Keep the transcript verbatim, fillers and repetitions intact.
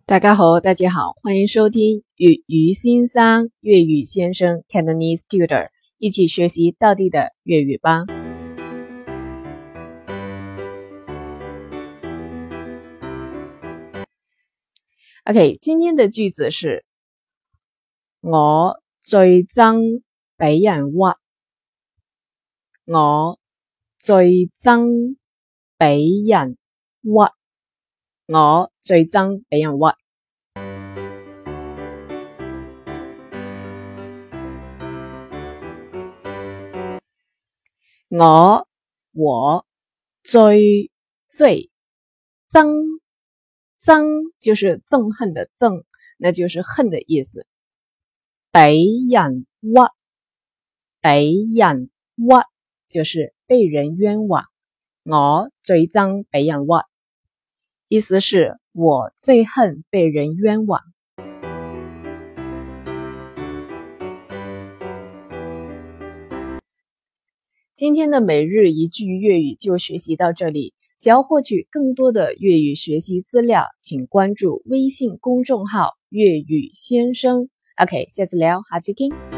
大家好，大家好，欢迎收听粤语先生粤语先生 Cantonese Tutor， 一起学习道地的粤语吧。OK， 今天的句子是我最憎俾人屈，我最憎俾人屈，我最憎俾人屈。我我最最憎憎就是憎恨的憎，那就是恨的意思。俾人屈，俾人屈就是被人冤枉。我最憎俾人屈，意思是我最恨被人冤枉。今天的每日一句粤语就学习到这里。想要获取更多的粤语学习资料，请关注微信公众号粤语先生。OK， 下次聊，下次见。